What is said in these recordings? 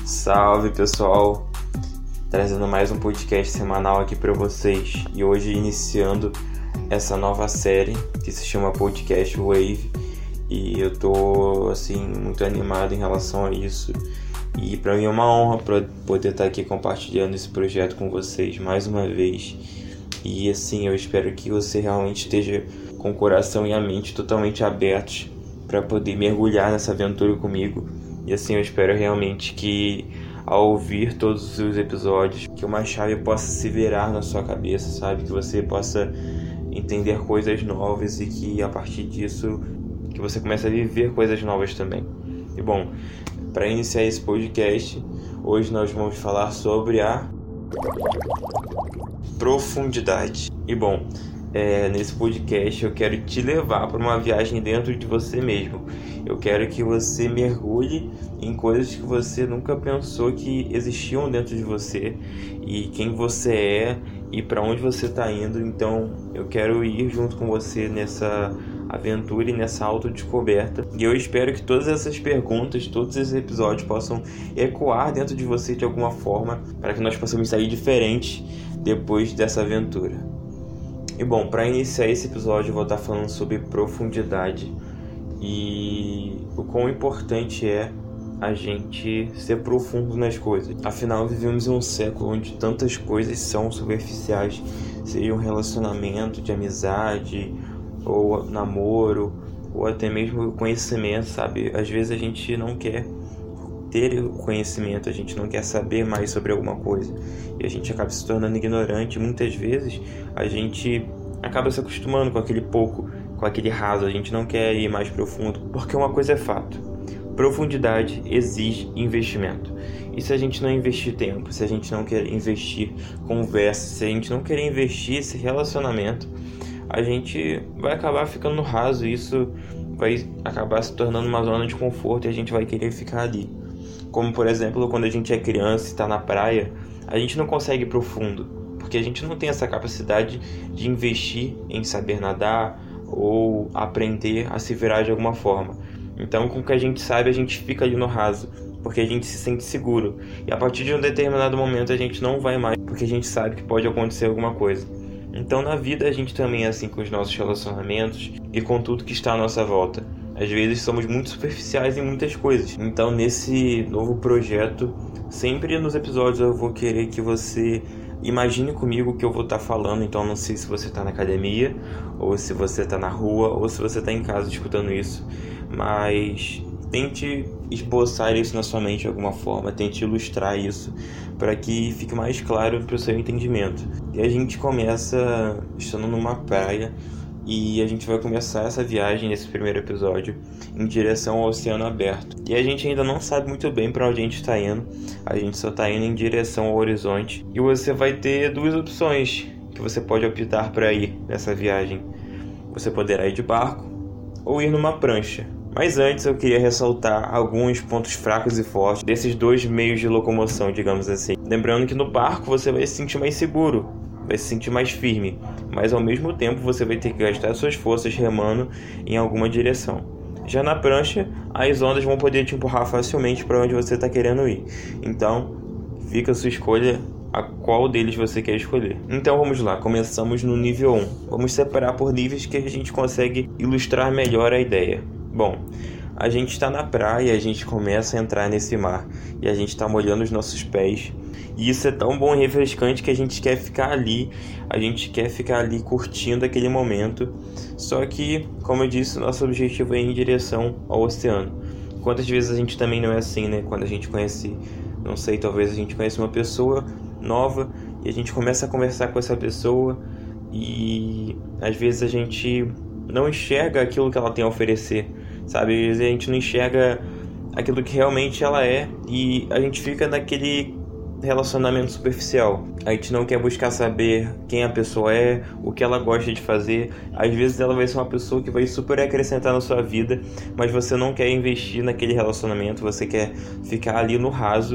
Salve pessoal, trazendo mais um podcast semanal aqui para vocês e hoje iniciando essa nova série que se chama Podcast Wave e eu tô muito animado em relação a isso e para mim é uma honra poder estar aqui compartilhando esse projeto com vocês mais uma vez e eu espero que você realmente esteja com o coração e a mente totalmente abertos para poder mergulhar nessa aventura comigo. E eu espero realmente que ao ouvir todos os episódios, que uma chave possa se virar na sua cabeça, sabe? Que você possa entender coisas novas e que a partir disso, que você comece a viver coisas novas também. E bom, para iniciar esse podcast, hoje nós vamos falar sobre a profundidade. E bom, nesse podcast eu quero te levar para uma viagem dentro de você mesmo. Eu quero que você mergulhe em coisas que você nunca pensou que existiam dentro de você e quem você é e para onde você está indo. Então eu quero ir junto com você nessa aventura e nessa autodescoberta. E eu espero que todas essas perguntas, todos esses episódios possam ecoar dentro de você de alguma forma para que nós possamos sair diferentes depois dessa aventura. E bom, para iniciar esse episódio eu vou estar falando sobre profundidade e o quão importante é a gente ser profundo nas coisas. Afinal, vivemos em um século onde tantas coisas são superficiais, seja um relacionamento de amizade, ou namoro, ou até mesmo conhecimento, sabe? Às vezes a gente não quer ter o conhecimento, a gente não quer saber mais sobre alguma coisa e a gente acaba se tornando ignorante. Muitas vezes a gente acaba se acostumando com aquele pouco, com aquele raso, a gente não quer ir mais profundo, porque uma coisa é fato: profundidade exige investimento. E se a gente não investir tempo, se a gente não quer investir conversa, se a gente não quer investir esse relacionamento, a gente vai acabar ficando no raso e isso vai acabar se tornando uma zona de conforto e a gente vai querer ficar ali. Como por exemplo, quando a gente é criança e está na praia, a gente não consegue ir profundo, porque a gente não tem essa capacidade de investir em saber nadar ou aprender a se virar de alguma forma. Então, com o que a gente sabe, a gente fica ali no raso, porque a gente se sente seguro. E a partir de um determinado momento, a gente não vai mais, porque a gente sabe que pode acontecer alguma coisa. Então, na vida, a gente também é assim com os nossos relacionamentos e com tudo que está à nossa volta. Às vezes, somos muito superficiais em muitas coisas. Então, nesse novo projeto, sempre nos episódios eu vou querer que você imagine comigo o que eu vou estar falando. Então não sei se você está na academia, ou se você está na rua, ou se você está em casa escutando isso, mas tente esboçar isso na sua mente de alguma forma, tente ilustrar isso para que fique mais claro para o seu entendimento. E a gente começa estando numa praia e a gente vai começar essa viagem nesse primeiro episódio em direção ao oceano aberto. E a gente ainda não sabe muito bem para onde a gente está indo, a gente só está indo em direção ao horizonte. E você vai ter duas opções que você pode optar para ir nessa viagem. Você poderá ir de barco ou ir numa prancha. Mas antes eu queria ressaltar alguns pontos fracos e fortes desses dois meios de locomoção, digamos assim. Lembrando que no barco você vai se sentir mais seguro, vai se sentir mais firme, mas ao mesmo tempo você vai ter que gastar suas forças remando em alguma direção. Já na prancha, as ondas vão poder te empurrar facilmente para onde você está querendo ir. Então, fica a sua escolha a qual deles você quer escolher. Então vamos lá, começamos no nível 1. Vamos separar por níveis que a gente consegue ilustrar melhor a ideia. Bom, a gente está na praia, a gente começa a entrar nesse mar e a gente está molhando os nossos pés. E isso é tão bom e refrescante que a gente quer ficar ali, curtindo aquele momento. Só que, como eu disse, nosso objetivo é ir em direção ao oceano. Quantas vezes a gente também não é assim, né? Quando a gente conhece, não sei, talvez a gente conhece uma pessoa nova e a gente começa a conversar com essa pessoa e às vezes a gente não enxerga aquilo que ela tem a oferecer, sabe? Às vezes a gente não enxerga aquilo que realmente ela é e a gente fica naquele relacionamento superficial. A gente não quer buscar saber quem a pessoa é, o que ela gosta de fazer. Às vezes ela vai ser uma pessoa que vai super acrescentar na sua vida, mas você não quer investir naquele relacionamento, você quer ficar ali no raso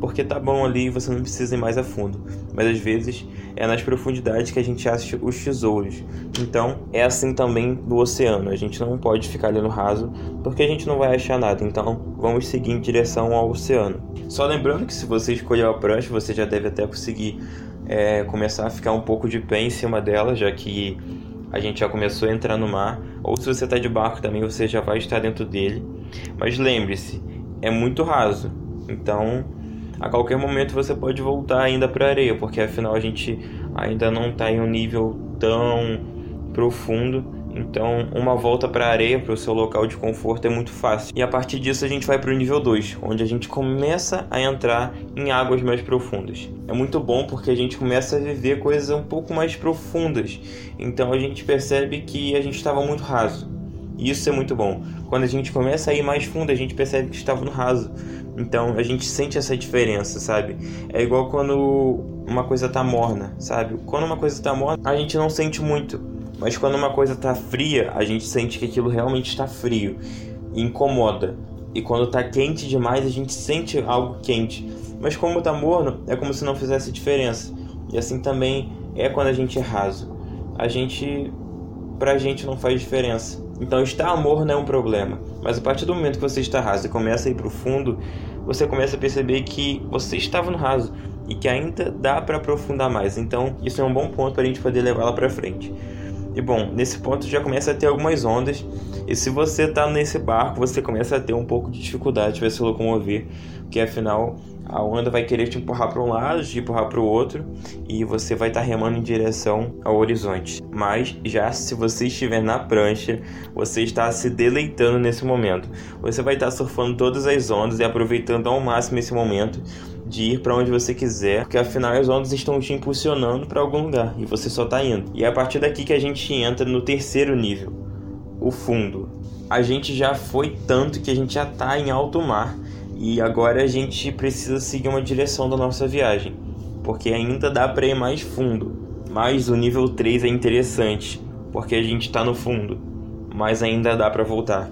porque tá bom ali e você não precisa ir mais a fundo. Mas às vezes é nas profundidades que a gente acha os tesouros. Então é assim também no oceano, a gente não pode ficar ali no raso, porque a gente não vai achar nada. Então vamos seguir em direção ao oceano. Só lembrando que se você escolher a prancha, você já deve até conseguir começar a ficar um pouco de pé em cima dela, já que a gente já começou a entrar no mar. Ou se você está de barco também, você já vai estar dentro dele. Mas lembre-se, é muito raso, então a qualquer momento você pode voltar ainda para a areia, porque afinal a gente ainda não está em um nível tão profundo. Então uma volta para a areia, para o seu local de conforto, é muito fácil. E a partir disso a gente vai para o nível 2, onde a gente começa a entrar em águas mais profundas. É muito bom porque a gente começa a viver coisas um pouco mais profundas. Então a gente percebe que a gente estava muito raso. E isso é muito bom. Quando a gente começa a ir mais fundo, a gente percebe que estava no raso. Então a gente sente essa diferença, sabe? É igual quando uma coisa tá morna, sabe? Quando uma coisa tá morna, a gente não sente muito. Mas quando uma coisa tá fria, a gente sente que aquilo realmente está frio e incomoda. E quando tá quente demais, a gente sente algo quente. Mas como tá morno, é como se não fizesse diferença. E assim também é quando a gente é raso. Pra gente não faz diferença. Então estar morno é um problema. Mas a partir do momento que você está raso e começa a ir pro fundo, você começa a perceber que você estava no raso e que ainda dá para aprofundar mais. Então isso é um bom ponto para a gente poder levá-la para frente. E bom, nesse ponto já começa a ter algumas ondas. E se você está nesse barco, você começa a ter um pouco de dificuldade para se locomover, porque afinal a onda vai querer te empurrar para um lado, te empurrar para o outro, e você vai estar remando em direção ao horizonte. Mas já se você estiver na prancha, você está se deleitando nesse momento. Você vai estar surfando todas as ondas e aproveitando ao máximo esse momento de ir para onde você quiser, porque afinal as ondas estão te impulsionando para algum lugar e você só está indo. E é a partir daqui que a gente entra no terceiro nível, o fundo. A gente já foi tanto que a gente já está em alto mar e agora a gente precisa seguir uma direção da nossa viagem, porque ainda dá para ir mais fundo. Mas o nível 3 é interessante, porque a gente está no fundo, mas ainda dá para voltar.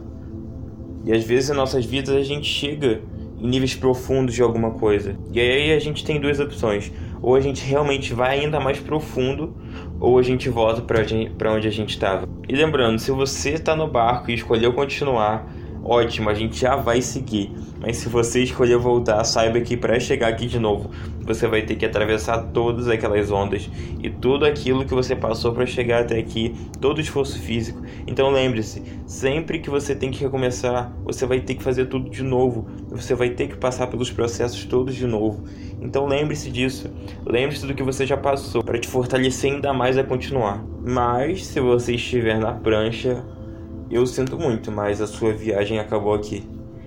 E às vezes em nossas vidas a gente chega em níveis profundos de alguma coisa. E aí a gente tem duas opções. Ou a gente realmente vai ainda mais profundo, ou a gente volta para onde a gente estava. E lembrando, se você está no barco e escolheu continuar, ótimo, a gente já vai seguir. Mas se você escolher voltar, saiba que para chegar aqui de novo, você vai ter que atravessar todas aquelas ondas e tudo aquilo que você passou para chegar até aqui, todo o esforço físico. Então lembre-se, sempre que você tem que recomeçar, você vai ter que fazer tudo de novo. Você vai ter que passar pelos processos todos de novo. Então lembre-se disso. Lembre-se do que você já passou para te fortalecer ainda mais a continuar. Mas se você estiver na prancha, eu sinto muito, mas a sua viagem acabou aqui.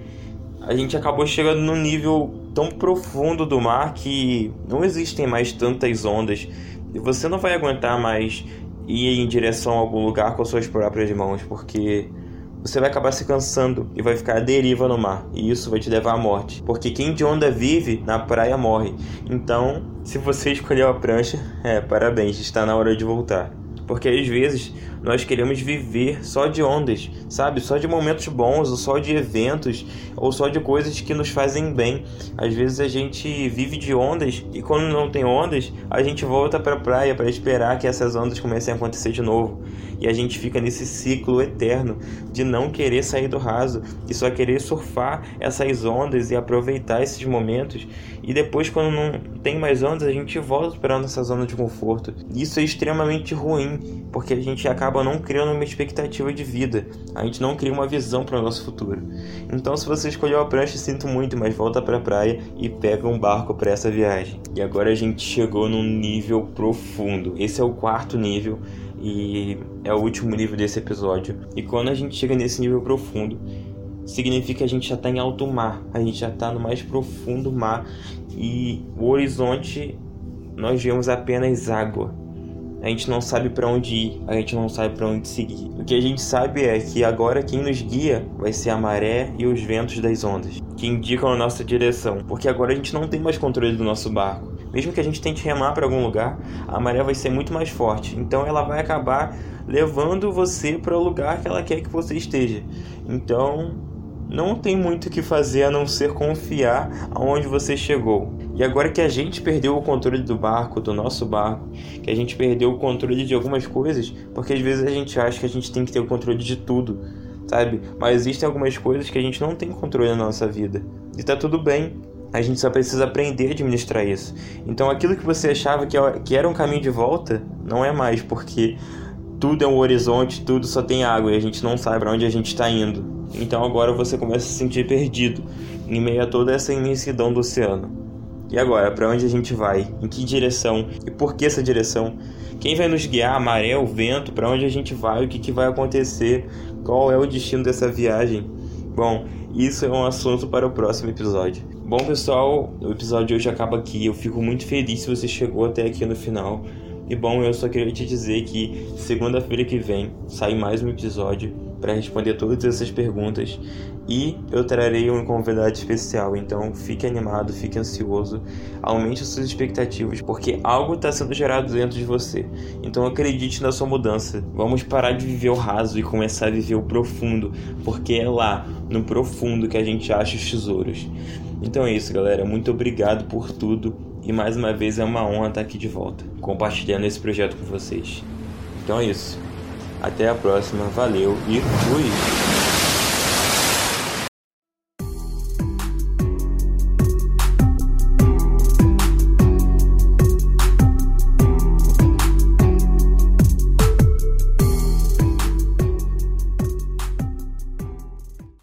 A gente acabou chegando num nível tão profundo do mar que não existem mais tantas ondas. E você não vai aguentar mais ir em direção a algum lugar com as suas próprias mãos, porque você vai acabar se cansando e vai ficar à deriva no mar. E isso vai te levar à morte, porque quem de onda vive, na praia morre. Então, se você escolheu a prancha, parabéns, está na hora de voltar. Porque às vezes nós queremos viver só de ondas, sabe? Só de momentos bons, ou só de eventos, ou só de coisas que nos fazem bem. Às vezes a gente vive de ondas e quando não tem ondas, a gente volta para a praia para esperar que essas ondas comecem a acontecer de novo. E a gente fica nesse ciclo eterno de não querer sair do raso e só querer surfar essas ondas e aproveitar esses momentos. E depois, quando não tem mais ondas, a gente volta para a nossa zona de conforto. Isso é extremamente ruim, porque a gente acaba não criando uma expectativa de vida. A gente não cria uma visão para o nosso futuro. Então, se você escolheu a prancha, sinto muito, mas volta para a praia e pega um barco para essa viagem. E agora a gente chegou num nível profundo. Esse é o quarto nível e é o último nível desse episódio. E quando a gente chega nesse nível profundo, significa que a gente já está em alto mar, a gente já está no mais profundo mar e o horizonte nós vemos apenas água. A gente não sabe para onde ir, a gente não sabe para onde seguir. O que a gente sabe é que agora quem nos guia vai ser a maré e os ventos das ondas, que indicam a nossa direção, porque agora a gente não tem mais controle do nosso barco. Mesmo que a gente tente remar para algum lugar, a maré vai ser muito mais forte, então ela vai acabar levando você para o lugar que ela quer que você esteja. Então, não tem muito o que fazer a não ser confiar aonde você chegou. E agora que a gente perdeu o controle do barco, do nosso barco, que a gente perdeu o controle de algumas coisas, porque às vezes a gente acha que a gente tem que ter o controle de tudo, sabe? Mas existem algumas coisas que a gente não tem controle na nossa vida. E tá tudo bem. A gente só precisa aprender a administrar isso. Então aquilo que você achava que era um caminho de volta, não é mais, porque tudo é um horizonte, tudo só tem água e a gente não sabe para onde a gente está indo. Então agora você começa a se sentir perdido em meio a toda essa imensidão do oceano. E agora, para onde a gente vai? Em que direção? E por que essa direção? Quem vai nos guiar? A maré, o vento? Para onde a gente vai? O que vai acontecer? Qual é o destino dessa viagem? Bom, isso é um assunto para o próximo episódio. Bom, pessoal, o episódio de hoje acaba aqui. Eu fico muito feliz se você chegou até aqui no final. E bom, eu só queria te dizer que segunda-feira que vem sai mais um episódio para responder todas essas perguntas e eu trarei um convidado especial. Então fique animado, fique ansioso, aumente as suas expectativas, porque algo está sendo gerado dentro de você. Então acredite na sua mudança. Vamos parar de viver o raso e começar a viver o profundo, porque é lá, no profundo, que a gente acha os tesouros. Então é isso, galera. Muito obrigado por tudo. E mais uma vez é uma honra estar aqui de volta, compartilhando esse projeto com vocês. Então é isso. Até a próxima. Valeu e fui!